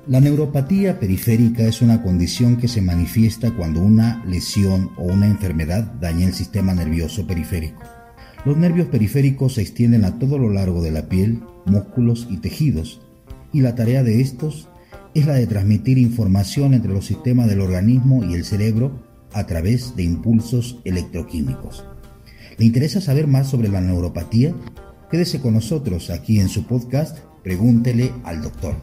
La neuropatía periférica es una condición que se manifiesta cuando una lesión o una enfermedad daña el sistema nervioso periférico. Los nervios periféricos se extienden a todo lo largo de la piel, músculos y tejidos, y la tarea de estos es la de transmitir información entre los sistemas del organismo y el cerebro a través de impulsos electroquímicos. ¿Le interesa saber más sobre la neuropatía? Quédese con nosotros aquí en su podcast Pregúntele al Doctor.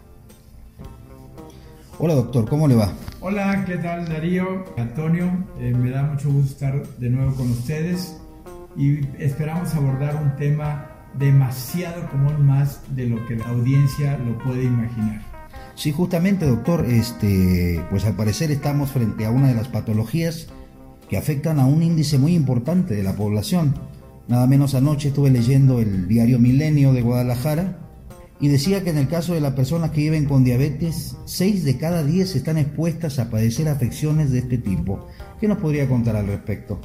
Hola doctor, ¿cómo le va? Hola, ¿qué tal Darío? Antonio, me da mucho gusto estar de nuevo con ustedes y esperamos abordar un tema demasiado común, más de lo que la audiencia lo puede imaginar. Sí, justamente doctor, pues al parecer estamos frente a una de las patologías que afectan a un índice muy importante de la población. Nada menos anoche estuve leyendo el diario Milenio de Guadalajara y decía que en el caso de las personas que viven con diabetes, 6 de cada 10 están expuestas a padecer afecciones de este tipo. ¿Qué nos podría contar al respecto?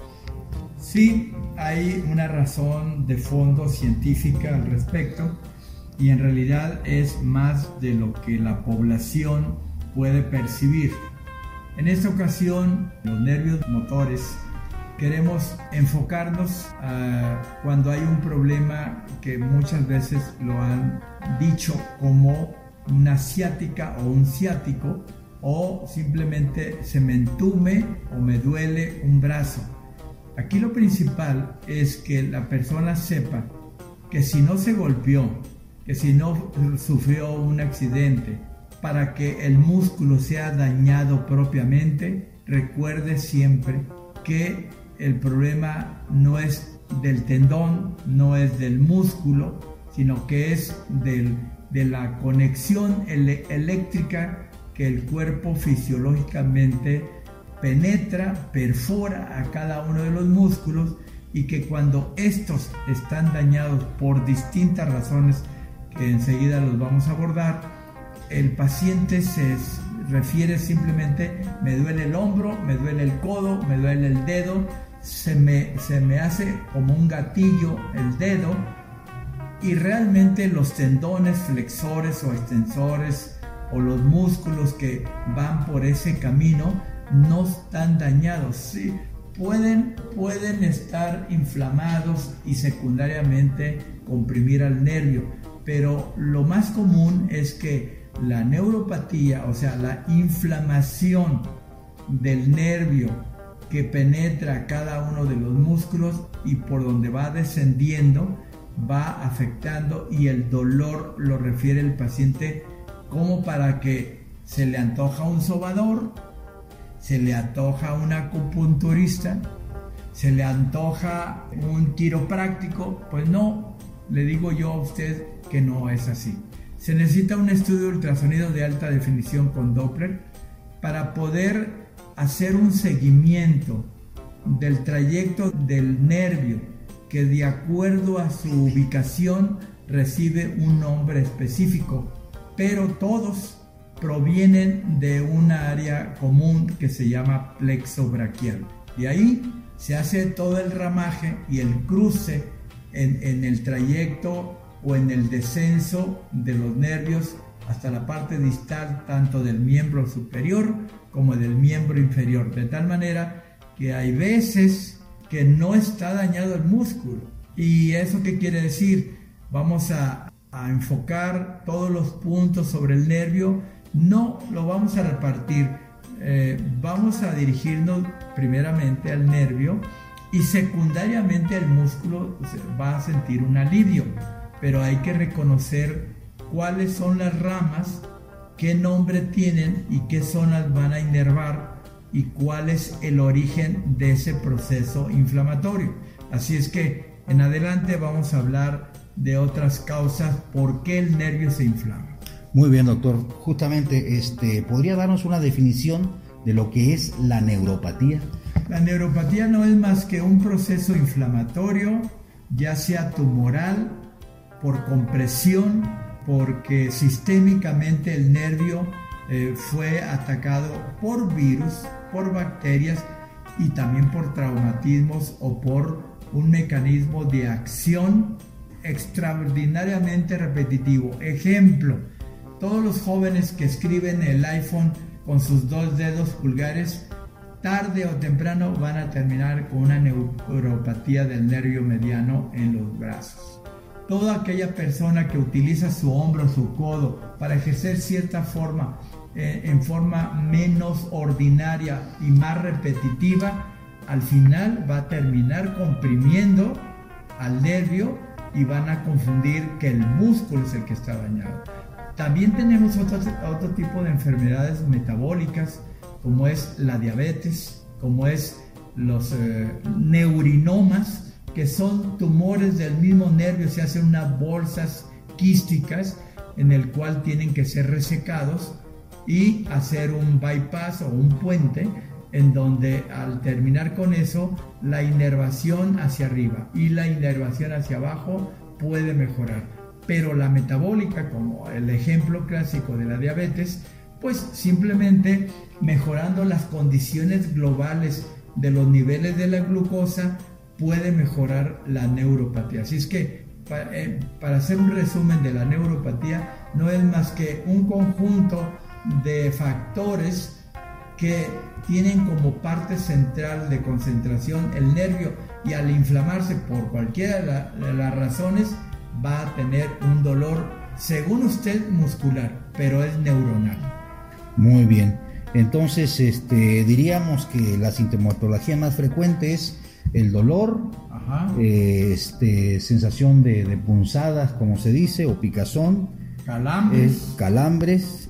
Sí, hay una razón de fondo científica al respecto y en realidad es más de lo que la población puede percibir. En esta ocasión, los nervios motores, queremos enfocarnos a cuando hay un problema que muchas veces lo han dicho como una ciática o un ciático, o simplemente se me entume o me duele un brazo. Aquí lo principal es que la persona sepa que si no se golpeó, que si no sufrió un accidente, para que el músculo sea dañado propiamente, recuerde siempre que el problema no es del tendón, no es del músculo, sino que es de la conexión eléctrica que el cuerpo fisiológicamente penetra, perfora a cada uno de los músculos, y que cuando estos están dañados por distintas razones que enseguida los vamos a abordar, el paciente se refiere simplemente: me duele el hombro, me duele el codo, me duele el dedo, se me hace como un gatillo el dedo, y realmente los tendones flexores o extensores o los músculos que van por ese camino no están dañados. Sí, pueden estar inflamados y secundariamente comprimir al nervio, pero lo más común es que la neuropatía, o sea, la inflamación del nervio que penetra cada uno de los músculos y por donde va descendiendo, va afectando, y el dolor lo refiere el paciente como para que se le antoja un sobador, se le antoja un acupunturista, se le antoja un quiropráctico. Pues no, le digo yo a usted que no es así. Se necesita un estudio de ultrasonido de alta definición con Doppler para poder hacer un seguimiento del trayecto del nervio, que de acuerdo a su ubicación recibe un nombre específico, pero todos provienen de una área común que se llama plexo braquial. De ahí se hace todo el ramaje y el cruce en el trayecto o en el descenso de los nervios hasta la parte distal, tanto del miembro superior como del miembro inferior, de tal manera que hay veces que no está dañado el músculo. ¿Y eso qué quiere decir? Vamos a enfocar todos los puntos sobre el nervio, no lo vamos a repartir, vamos a dirigirnos primeramente al nervio y secundariamente el músculo va a sentir un alivio, pero hay que reconocer cuáles son las ramas, qué nombre tienen y qué zonas van a inervar y cuál es el origen de ese proceso inflamatorio. Así es que en adelante vamos a hablar de otras causas por qué el nervio se inflama. Muy bien, doctor. Justamente, ¿podría darnos una definición de lo que es la neuropatía? La neuropatía no es más que un proceso inflamatorio, ya sea tumoral, por compresión, porque sistémicamente el nervio fue atacado por virus, por bacterias y también por traumatismos o por un mecanismo de acción extraordinariamente repetitivo. Ejemplo, todos los jóvenes que escriben el iPhone con sus 2 dedos pulgares, tarde o temprano van a terminar con una neuropatía del nervio mediano en los brazos. Toda aquella persona que utiliza su hombro, su codo para ejercer cierta forma, en forma menos ordinaria y más repetitiva, al final va a terminar comprimiendo al nervio y van a confundir que el músculo es el que está dañado. También tenemos otro tipo de enfermedades metabólicas, como es la diabetes, como es los neurinomas, que son tumores del mismo nervio, se hacen unas bolsas quísticas en el cual tienen que ser resecados y hacer un bypass o un puente, en donde al terminar con eso, la inervación hacia arriba y la inervación hacia abajo puede mejorar. Pero la metabólica, como el ejemplo clásico de la diabetes, pues simplemente mejorando las condiciones globales de los niveles de la glucosa puede mejorar la neuropatía. Así es que para hacer un resumen de la neuropatía, no es más que un conjunto de factores que tienen como parte central de concentración el nervio, y al inflamarse por cualquiera de las razones va a tener un dolor, según usted, muscular, pero es neuronal. Muy bien, entonces diríamos que la sintomatología más frecuente es el dolor, sensación de punzadas, como se dice, o picazón, calambres,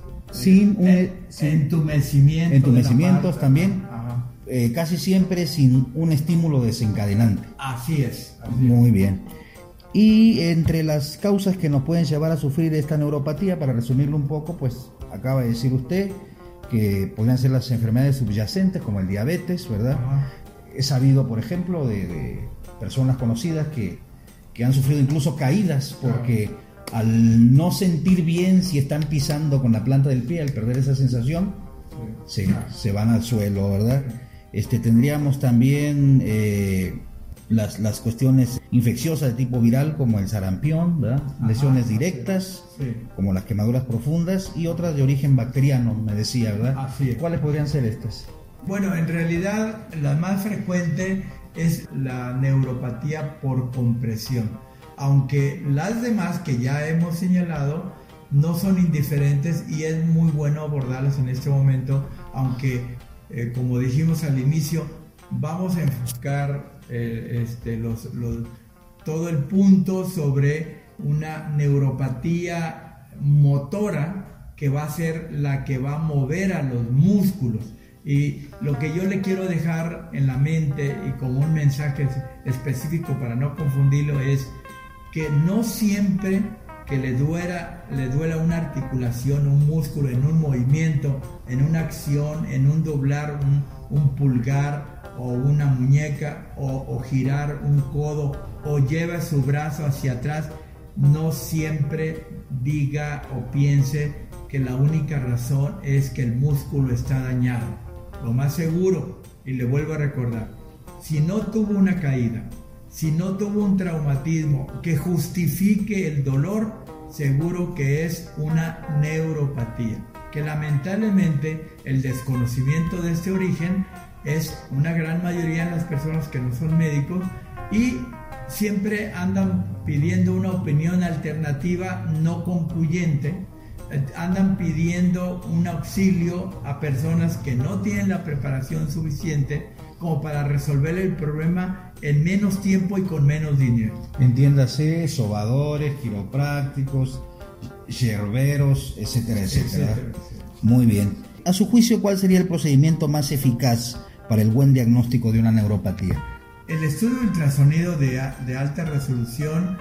entumecimientos también, casi siempre sin un estímulo desencadenante. Así es. Muy bien. Y entre las causas que nos pueden llevar a sufrir esta neuropatía, para resumirlo un poco, pues acaba de decir usted que podrían ser las enfermedades subyacentes como el diabetes, ¿verdad? He sabido, por ejemplo, de personas conocidas que han sufrido incluso caídas porque al no sentir bien si están pisando con la planta del pie, al perder esa sensación, se van al suelo, ¿verdad? Tendríamos también las cuestiones infecciosas de tipo viral, como el sarampión, ¿verdad? Lesiones directas, como las quemaduras profundas, y otras de origen bacteriano, me decía, ¿verdad? Así es. ¿Cuáles podrían ser estas? Bueno, en realidad la más frecuente es la neuropatía por compresión, aunque las demás que ya hemos señalado no son indiferentes y es muy bueno abordarlas en este momento, aunque como dijimos al inicio, vamos a enfocar todo el punto sobre una neuropatía motora que va a ser la que va a mover a los músculos. Y lo que yo le quiero dejar en la mente y como un mensaje específico para no confundirlo es que no siempre que le duela una articulación, un músculo, en un movimiento, en una acción, en un doblar un pulgar o una muñeca o girar un codo o lleva su brazo hacia atrás, no siempre diga o piense que la única razón es que el músculo está dañado. Lo más seguro, y le vuelvo a recordar, si no tuvo una caída, si no tuvo un traumatismo que justifique el dolor, seguro que es una neuropatía, que lamentablemente el desconocimiento de este origen es una gran mayoría de las personas que no son médicos y siempre andan pidiendo una opinión alternativa no concluyente, andan pidiendo un auxilio a personas que no tienen la preparación suficiente como para resolver el problema en menos tiempo y con menos dinero. Entiéndase, sobadores, quiroprácticos, yerberos, etcétera, etcétera. Muy bien. A su juicio, ¿cuál sería el procedimiento más eficaz para el buen diagnóstico de una neuropatía? El estudio ultrasonido de alta resolución.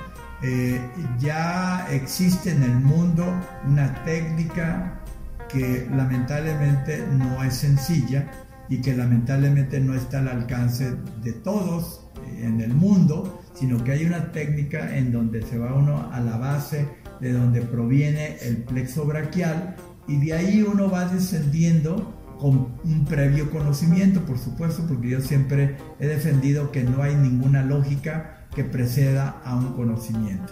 Ya existe en el mundo una técnica que lamentablemente no es sencilla y que lamentablemente no está al alcance de todos en el mundo, sino que hay una técnica en donde se va uno a la base de donde proviene el plexo braquial y de ahí uno va descendiendo con un previo conocimiento, por supuesto, porque yo siempre he defendido que no hay ninguna lógica que preceda a un conocimiento.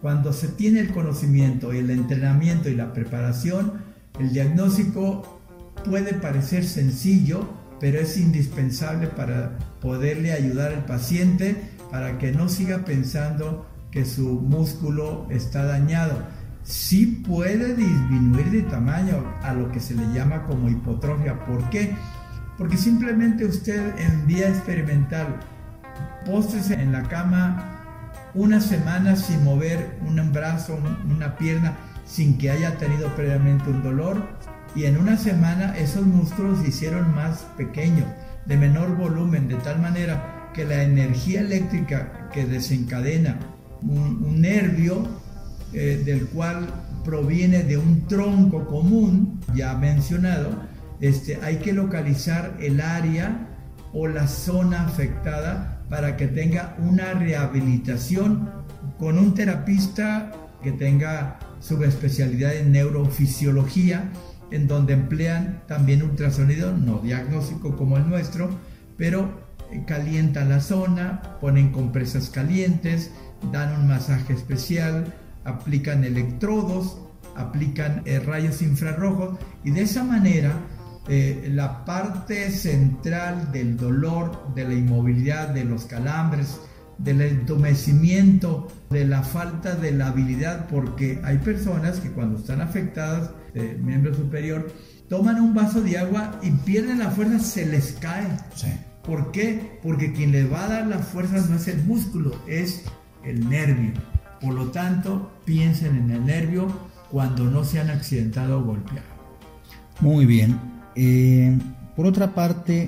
Cuando se tiene el conocimiento, el entrenamiento y la preparación, el diagnóstico puede parecer sencillo, pero es indispensable para poderle ayudar al paciente para que no siga pensando que su músculo está dañado. Sí puede disminuir de tamaño a lo que se le llama como hipotrofia. ¿Por qué? Porque simplemente usted en vía experimental póstrese en la cama una semana sin mover un brazo, una pierna, sin que haya tenido previamente un dolor, y en una semana esos músculos se hicieron más pequeños, de menor volumen, de tal manera que la energía eléctrica que desencadena un nervio, del cual proviene de un tronco común, ya mencionado, hay que localizar el área o la zona afectada para que tenga una rehabilitación con un terapista que tenga subespecialidad en neurofisiología, en donde emplean también ultrasonido, no diagnóstico como el nuestro, pero calientan la zona, ponen compresas calientes, dan un masaje especial, aplican electrodos, aplican rayos infrarrojos, y de esa manera la parte central del dolor, de la inmovilidad, de los calambres, del entumecimiento, de la falta de la habilidad, porque hay personas que cuando están afectadas de miembro superior toman un vaso de agua y pierden la fuerza, se les cae. Sí. ¿Por qué? Porque quien les va a dar la fuerza no es el músculo, es el nervio. Por lo tanto, piensen en el nervio cuando no se han accidentado o golpeado. Muy bien. Por otra parte,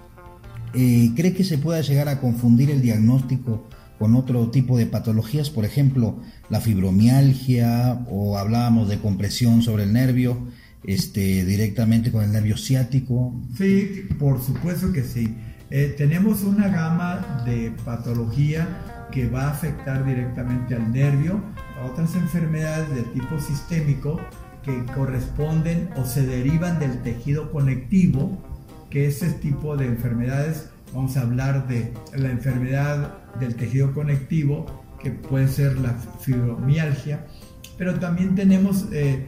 ¿cree que se pueda llegar a confundir el diagnóstico con otro tipo de patologías? Por ejemplo, la fibromialgia, o hablábamos de compresión sobre el nervio, directamente con el nervio ciático. Sí, por supuesto que sí. Tenemos una gama de patología que va a afectar directamente al nervio, a otras enfermedades de tipo sistémico que corresponden o se derivan del tejido conectivo, que ese tipo de enfermedades, vamos a hablar de la enfermedad del tejido conectivo, que puede ser la fibromialgia, pero también tenemos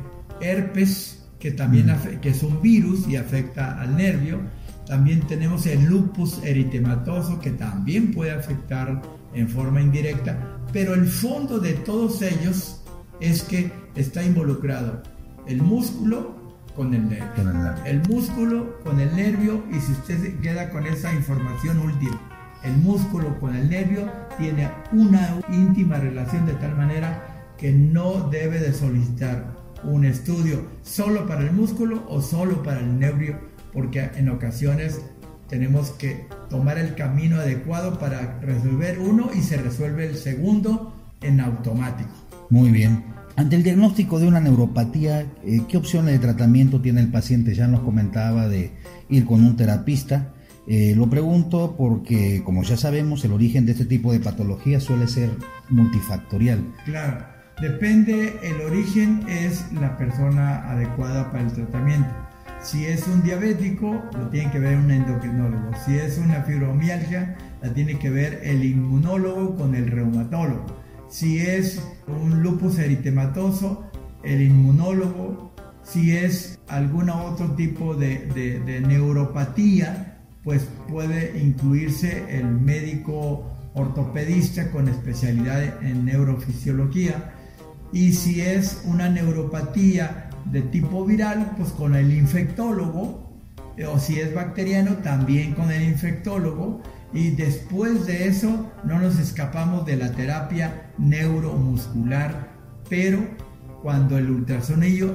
herpes, que también que es un virus y afecta al nervio. También tenemos el lupus eritematoso, que también puede afectar en forma indirecta, pero el fondo de todos ellos es que está involucrado el músculo con el nervio, el músculo con el nervio, y si usted se queda con esa información última, el músculo con el nervio tiene una íntima relación, de tal manera que no debe de solicitar un estudio solo para el músculo o solo para el nervio, porque en ocasiones tenemos que tomar el camino adecuado para resolver uno y se resuelve el segundo en automático. Muy bien. Ante el diagnóstico de una neuropatía, ¿qué opciones de tratamiento tiene el paciente? Ya nos comentaba de ir con un terapista. Lo pregunto porque, como ya sabemos, el origen de este tipo de patología suele ser multifactorial. Claro, depende, el origen es la persona adecuada para el tratamiento. Si es un diabético, lo tiene que ver un endocrinólogo. Si es una fibromialgia, la tiene que ver el inmunólogo con el reumatólogo. Si es un lupus eritematoso, el inmunólogo. Si es algún otro tipo de neuropatía, pues puede incluirse el médico ortopedista con especialidad en neurofisiología. Y si es una neuropatía de tipo viral, pues con el infectólogo, o si es bacteriano, también con el infectólogo. Y después de eso no nos escapamos de la terapia neuromuscular, pero cuando el ultrasonido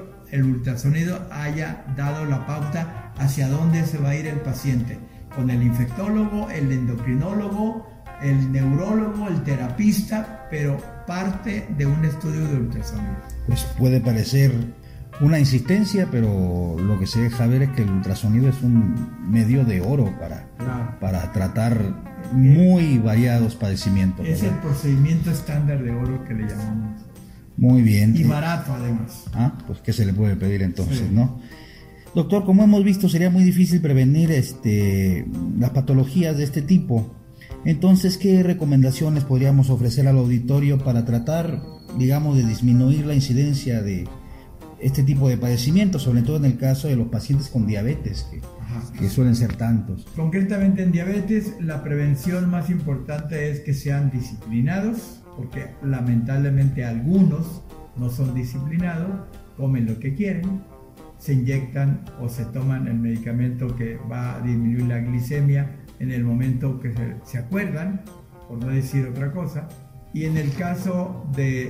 haya dado la pauta hacia dónde se va a ir el paciente, con el infectólogo, el endocrinólogo, el neurólogo, el terapista, pero parte de un estudio de ultrasonido. Pues puede parecer una insistencia, pero lo que se deja ver es que el ultrasonido es un medio de oro para tratar muy variados padecimientos. Es el procedimiento estándar de oro que le llamamos. Muy bien. Y barato además. Pues ¿qué se le puede pedir entonces, sí, no? Doctor, como hemos visto, sería muy difícil prevenir las patologías de este tipo. Entonces, ¿qué recomendaciones podríamos ofrecer al auditorio para tratar digamos, de disminuir la incidencia de este tipo de padecimientos, sobre todo en el caso de los pacientes con diabetes, que suelen ser tantos? Concretamente en diabetes, la prevención más importante es que sean disciplinados, porque lamentablemente algunos no son disciplinados, comen lo que quieren, se inyectan o se toman el medicamento que va a disminuir la glicemia en el momento que se acuerdan, por no decir otra cosa. Y en el caso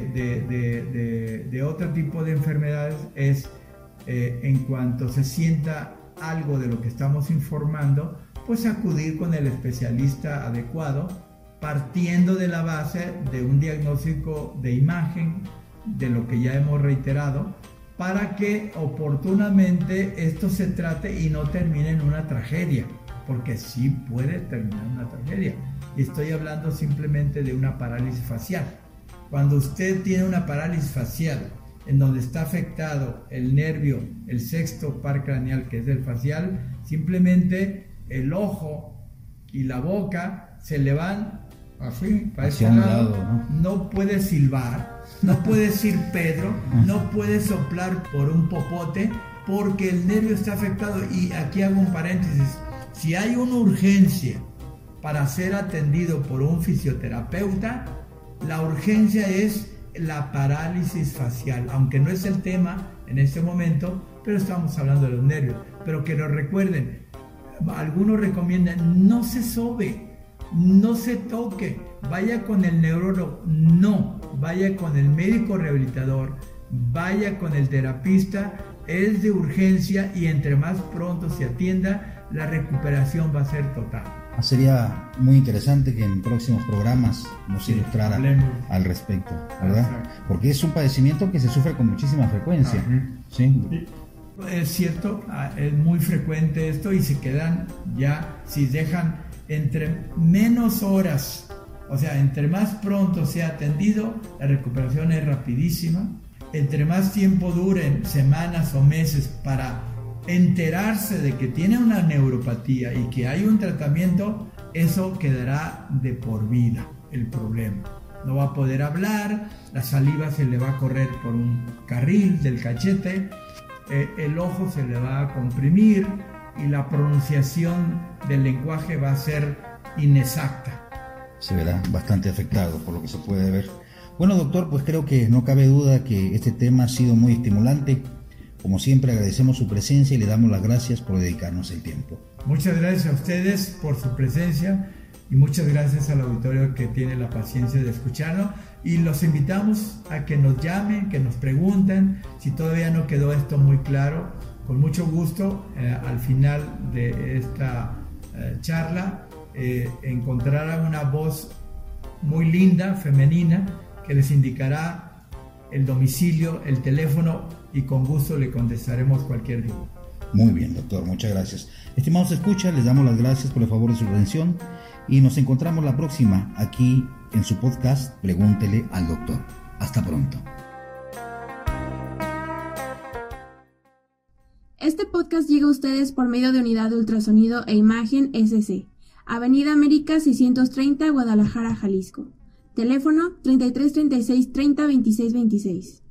de otro tipo de enfermedades es en cuanto se sienta algo de lo que estamos informando, pues acudir con el especialista adecuado, partiendo de la base de un diagnóstico de imagen, de lo que ya hemos reiterado, para que oportunamente esto se trate y no termine en una tragedia, porque sí puede terminar en una tragedia. Y estoy hablando simplemente de una parálisis facial. Cuando usted tiene una parálisis facial en donde está afectado el nervio, el sexto par craneal, que es el facial, simplemente el ojo y la boca se le van así, para ese lado, no puede silbar, no puede decir Pedro, no puede soplar por un popote, porque el nervio está afectado. Y aquí hago un paréntesis: si hay una urgencia para ser atendido por un fisioterapeuta, la urgencia es la parálisis facial, aunque no es el tema en este momento, pero estamos hablando de los nervios. Pero que lo recuerden, algunos recomiendan: no se sobe, no se toque, vaya con el neurólogo, no, vaya con el médico rehabilitador, vaya con el terapista, es de urgencia, y entre más pronto se atienda, la recuperación va a ser total. Sería muy interesante que en próximos programas nos ilustrara al respecto, ¿verdad? Exacto. Porque es un padecimiento que se sufre con muchísima frecuencia. ¿Sí? Es cierto, es muy frecuente esto, y se quedan ya, si dejan entre menos horas, o sea, entre más pronto sea atendido, la recuperación es rapidísima. Entre más tiempo duren, semanas o meses, para enterarse de que tiene una neuropatía y que hay un tratamiento, eso quedará de por vida el problema. No va a poder hablar, la saliva se le va a correr por un carril del cachete, el ojo se le va a comprimir y la pronunciación del lenguaje va a ser inexacta. Se verá bastante afectado por lo que se puede ver. Bueno, doctor, pues creo que no cabe duda que este tema ha sido muy estimulante. Como siempre, agradecemos su presencia y le damos las gracias por dedicarnos el tiempo. Muchas gracias a ustedes por su presencia y muchas gracias al auditorio que tiene la paciencia de escucharnos, y los invitamos a que nos llamen, que nos pregunten si todavía no quedó esto muy claro. Con mucho gusto, al final de esta charla, encontrarán una voz muy linda, femenina, que les indicará el domicilio, el teléfono, y con gusto le contestaremos cualquier duda. Muy bien, doctor, muchas gracias. Estimados escuchas, les damos las gracias por el favor de su atención y nos encontramos la próxima aquí en su podcast Pregúntele al Doctor. Hasta pronto. Este podcast llega a ustedes por medio de Unidad de Ultrasonido e Imagen SC, Avenida América 630, Guadalajara, Jalisco. Teléfono 33 36 30 26 26.